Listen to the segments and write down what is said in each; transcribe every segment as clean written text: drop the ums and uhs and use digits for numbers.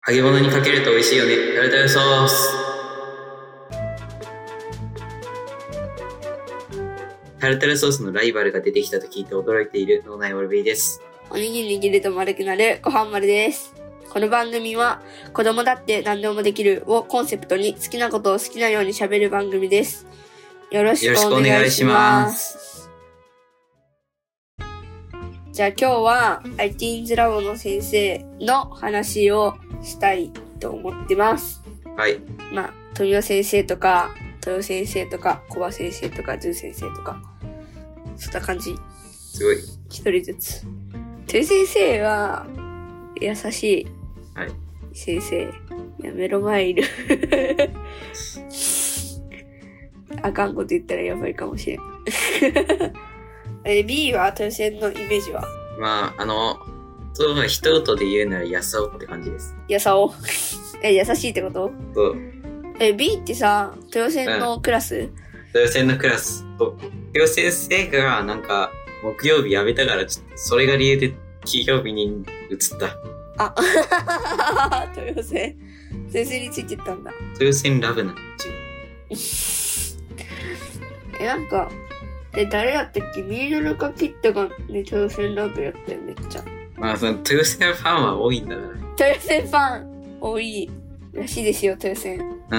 揚げ物にかけると美味しいよね。タルタルソース。タルタルソースのライバルが出てきたと聞いて驚いている脳内オルビーです。 おにぎり握ると丸くなるご飯丸です。この番組は子供だって何でもできるをコンセプトに好きなことを好きなように喋る番組です。よろしくお願いします。じゃあ今日は ITINS ラボの先生の話をしたいと思ってます。 はい。 富代先生とか、豊先生とか、小葉先生とか、ズー先生とか、そんな感じ。 すごい。 一人ずつ。豊先生は、優しい。 はい。 先生。いや、目の前いる。あかんこと言ったらやばいかもしれん。B は豊先のイメージはそう、一言で言うなら、やさおって感じです。 やさお優しいってこと？ そう。 B ってさ、豊先のクラス？ 豊先のクラス。豊先生が、木曜日辞めたから、ちょっと、それが理由で、金曜日に移った。 豊先。先生についてったんだ。 豊先ラブなっちゅう。誰やったっけ？ミードルかキットがね、豊先ラブやったよ、めっちゃ。 その、豊先ファンは多いんだから。 豊先ファン、多いらしいですよ、豊先。 うん。 フ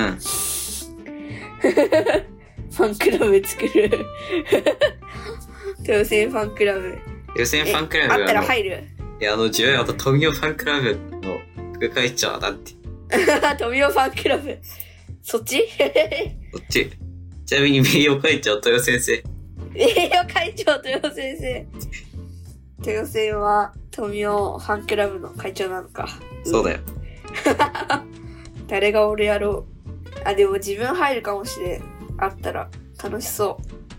ァンクラブ作る。豊先ファンクラブ。 豊先ファンクラブあったら入る？ いや、自分、富代ファンクラブの副会長だって。 富代ファンクラブ。そっちそっち。ちなみに名誉会長、豊先生。 名誉会長、豊先生。豊先は、富代ファンクラブの会長なのか。 そうだよ。 誰が俺やろう。でも自分入るかもしれん。あったら楽しそう。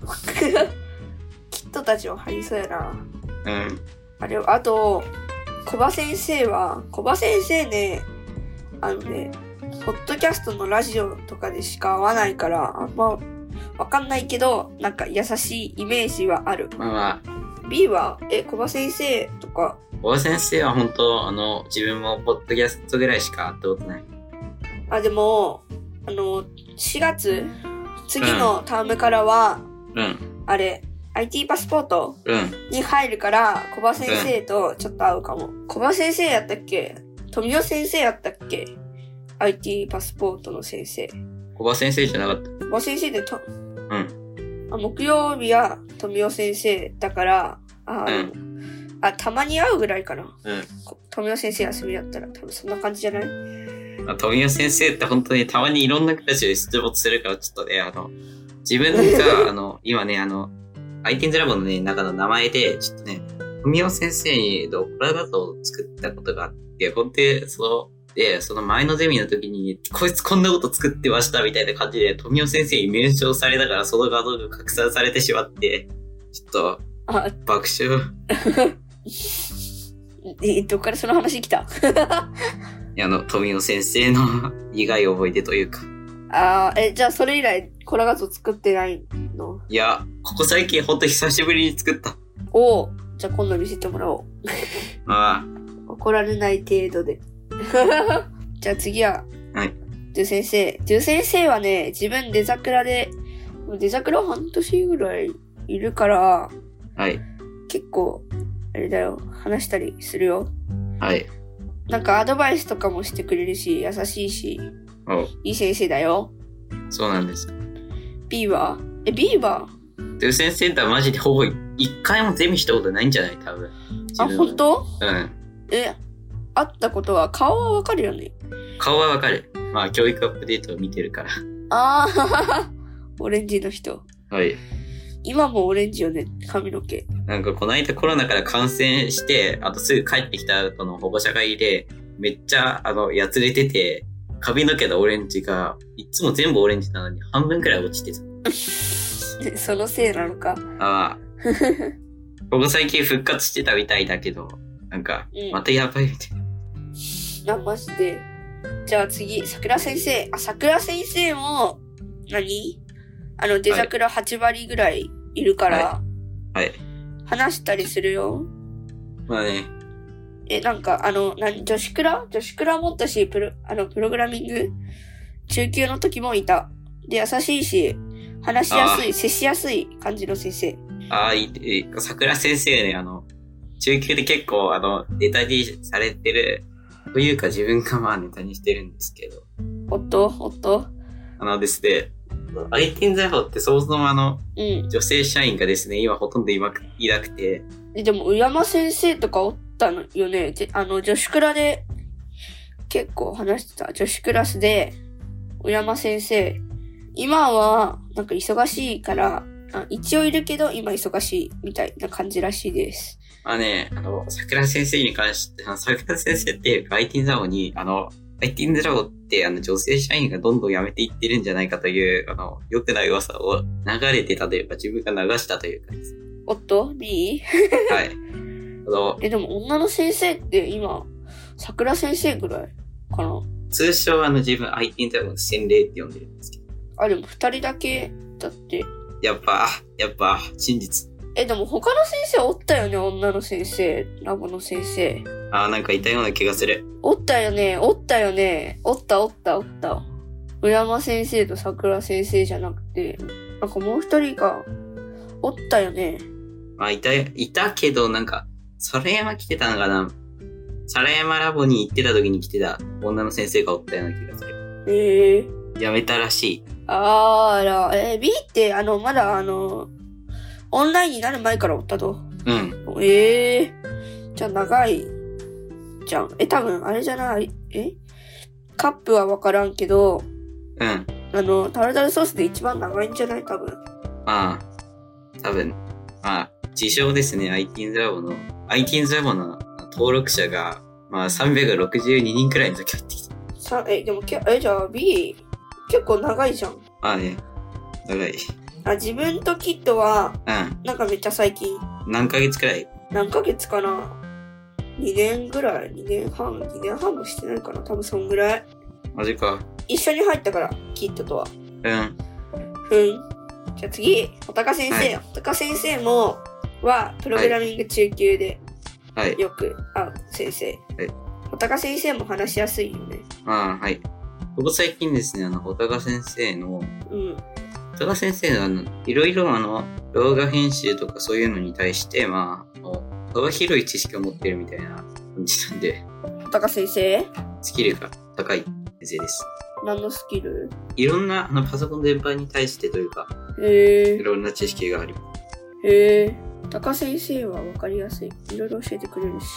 キットたちも入りそうやな。 うん。 あと、小葉先生ね、ポッドキャストのラジオとかでしか会わないから、あんまわかんないけど、優しいイメージはある。B は、小葉先生とか。 小葉先生は本当、自分もポッドキャストぐらいしか会ったことない。 でも、4月、次のタームからは、IT パスポートに入るから、小葉先生とちょっと会うかも。小葉先生やったっけ？富代先生やったっけ？ IT パスポートの先生。 小葉先生じゃなかった。 小葉先生で木曜日は富代先生だから、たまに会うぐらいかな。富代先生休みだったら多分そんな感じじゃない？ 富代先生って本当にたまにいろんなクラスで出没するから、ちょっとね、自分が、今ね、ITINS ラボのね、中の名前で、ちょっとね、富代先生にコラボ画像を作ったことがあって、本当にその前のゼミの時に、こいつこんなこと作ってましたみたいな感じで、富代先生にメンションされながらその画像が拡散されてしまって、ちょっと、爆笑。 どっからその話来た？ 富代先生の苦い思い出というか。 じゃあそれ以来コラ画像作ってないの？ いや、ここ最近ほんと久しぶりに作った。 じゃあ今度見せてもらおう。怒られない程度で。じゃあ次は、ドゥ先生。ドゥ先生はね、自分デザクラ半年ぐらいいるから、結構、話したりするよ。アドバイスとかもしてくれるし、優しいし、いい先生だよ。 そうなんです。 B は？B は？ ドゥ先生ってマジでほぼ一回もゼミしたことないんじゃない？多分。 本当？ うん。 会ったことは顔はわかるよね。 顔はわかる。教育アップデートを見てるから。 オレンジの人。今もオレンジよね、髪の毛。 この間コロナから感染して、あとすぐ帰ってきた後の保護者会で、めっちゃ、やつれてて、髪の毛のオレンジが、いつも全部オレンジなのに半分くらい落ちてた。 そのせいなのか。 ここ最近復活してたみたいだけど、またやばいみたいな。 マジで。じゃあ次、桜先生。桜先生も、デザクラ8割ぐらいいるから、話したりするよ。 なんか、女子クラもったし、プログラミング中級の時もいた。で、優しいし、話しやすい、接しやすい感じの先生。 桜先生ね、中級で結構、ネタにされてる、というか自分がまあネタにしてるんですけど。 おっとですね、IT ゼロってそもそも女性社員がですね、今ほとんどいなくて。 でも、宇山先生とかおったのよね。女子クラで結構話してた。女子クラスで、宇山先生。今は、なんか忙しいから、一応いるけど、今忙しいみたいな感じらしいです。 桜先生に関して、桜先生っていうか IT ゼロに、IT ゼロって女性社員がどんどん辞めていってるんじゃないかという、良くない噂を流れてたというか、自分が流したというかです。 おっと ?B? はい。 でも女の先生って今、桜先生ぐらいかな？ 通称自分 IT ゼロの洗礼って呼んでるんですけど。 でも二人だけだって。 やっぱ、真実。 でも他の先生おったよね、女の先生、ラボの先生。 なんかいたような気がする。 おったよね。おった。宇山先生と桜先生じゃなくて、なんかもう一人が、おったよね。 いたけど、なんか、皿山来てたのかな？皿山ラボに行ってた時に来てた女の先生がおったような気がする。辞めたらしい。 B って、まだオンラインになる前からおったと。 うん。 じゃあ長いじゃん。多分、あれじゃない？カップはわからんけど、 うん。 タルタルソースで一番長いんじゃない？多分。 多分。自称ですね、IT ラボの登録者が、362人くらいの時入ってきた。 でも、じゃあ B、結構長いじゃん。 ね。長い。 自分とキッドは、なんかめっちゃ最近。 何ヶ月くらい？ 何ヶ月かな？ 2 年ぐらい？ 2 年半もしてないかな？多分そんぐらい。 マジか。 一緒に入ったから、キッドとは。じゃあ次、穂高先生。穂高先生は、プログラミング中級で、よく会う先生。穂高先生も話しやすいよね。 はい。ここ最近ですね、穂高先生の、穂高先生のいろいろ動画編集とかそういうのに対して、幅広い知識を持ってるみたいな感じなんで。 穂高先生？ スキルが高い先生です。 何のスキル？ いろんなパソコン全般に対してというか、いろんな知識がある。 高先生は分かりやすい。いろいろ教えてくれるし。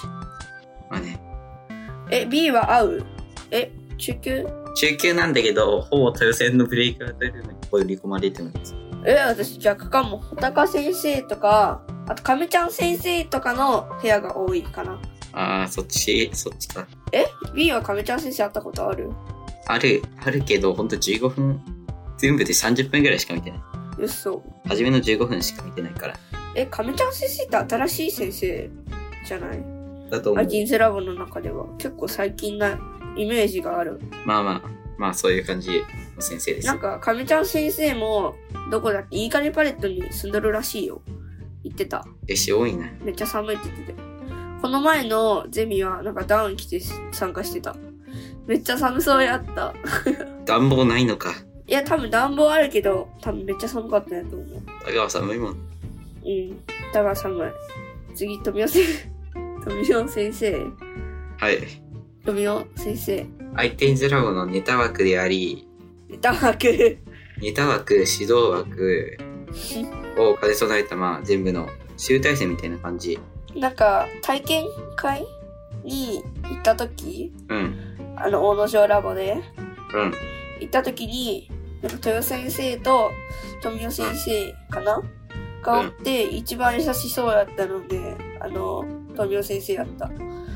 ね。 B は合う？中級なんだけど、ほぼ豊戦のブレイクアウトルームに放り込まれてるんです。 私逆かも。穂高先生とか、あと亀ちゃん先生とかの部屋が多いかな。 そっちか。 B は亀ちゃん先生会ったことある？ あるけど、ほんと15分、全部で30分ぐらいしか見てない。 嘘。 初めの15分しか見てないから。 亀ちゃん先生って新しい先生じゃない？ だと思う。 IT ラボの中では結構最近なイメージがある。 そういう感じの先生です。 なんか、亀ちゃん先生も、どこだっけ？いいかねパレットに住んどるらしいよ。言ってた。 多いな。 めっちゃ寒いって言ってて。この前のゼミは、なんかダウン着て参加してた。めっちゃ寒そうやった。 暖房ないのか。 いや、多分暖房あるけど、多分めっちゃ寒かったやと思う。 だから寒いもん。 だから寒い。次、富尾先生。 はい。 富尾先生。 IT ゼロのネタ枠であり、 ネタ枠、 指導枠を兼ね備えた、全部の集大成みたいな感じ。 なんか、体験会に行った時、大野城ラボで、行った時に、なんか豊先生と富尾先生かな、がおって、一番優しそうやったので、富尾先生やった。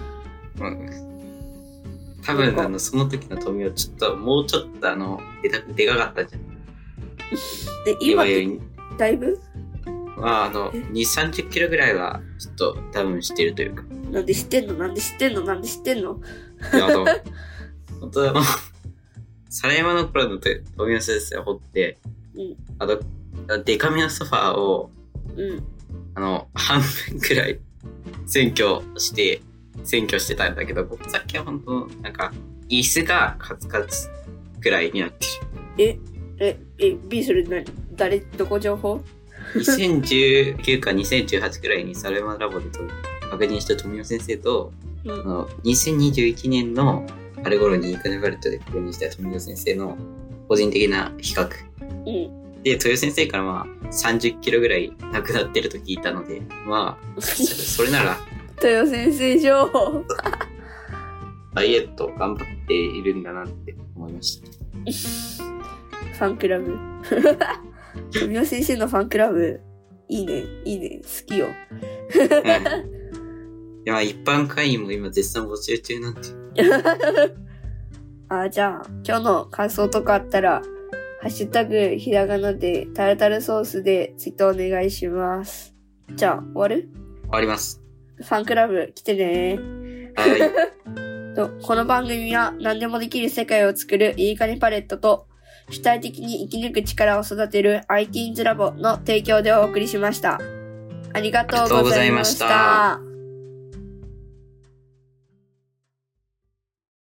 多分その時の富尾もうちょっとでかかったじゃん。 で、今ってだいぶ 2、30キロぐらいはちょっと多分知ってるというか。 なんで知ってんの？いや、本当皿山の頃の富尾先生を掘って、デカめのソファーを、半分くらい占拠して、 占拠してたんだけど、僕さっきは本当なんか、椅子がカツカツくらいになってる。B それどこ情報 ?2019 か2018くらいにサルマラボで確認した富尾先生と、2021年のあれ頃にインカネバルトで確認した富尾先生の個人的な比較。で、豊先生からまあ30キロぐらいなくなってると聞いたので、まあ、それなら。 豊先生情報。 ダイエット頑張っているんだなって思いました。 ファンクラブ。富尾先生のファンクラブ、いいね、好きよ。 いや、一般会員も今絶賛募集中なんて。 じゃあ、今日の感想とかあったら、ハッシュタグ、ひらがなで、タルタルソースでツイートお願いします。じゃあ、終わる？ 終わります。 ファンクラブ来てね。 はい。 この番組は何でもできる世界を作るいいかねパレットと主体的に生き抜く力を育てる ITeens ラボの提供でお送りしました。ありがとうございました。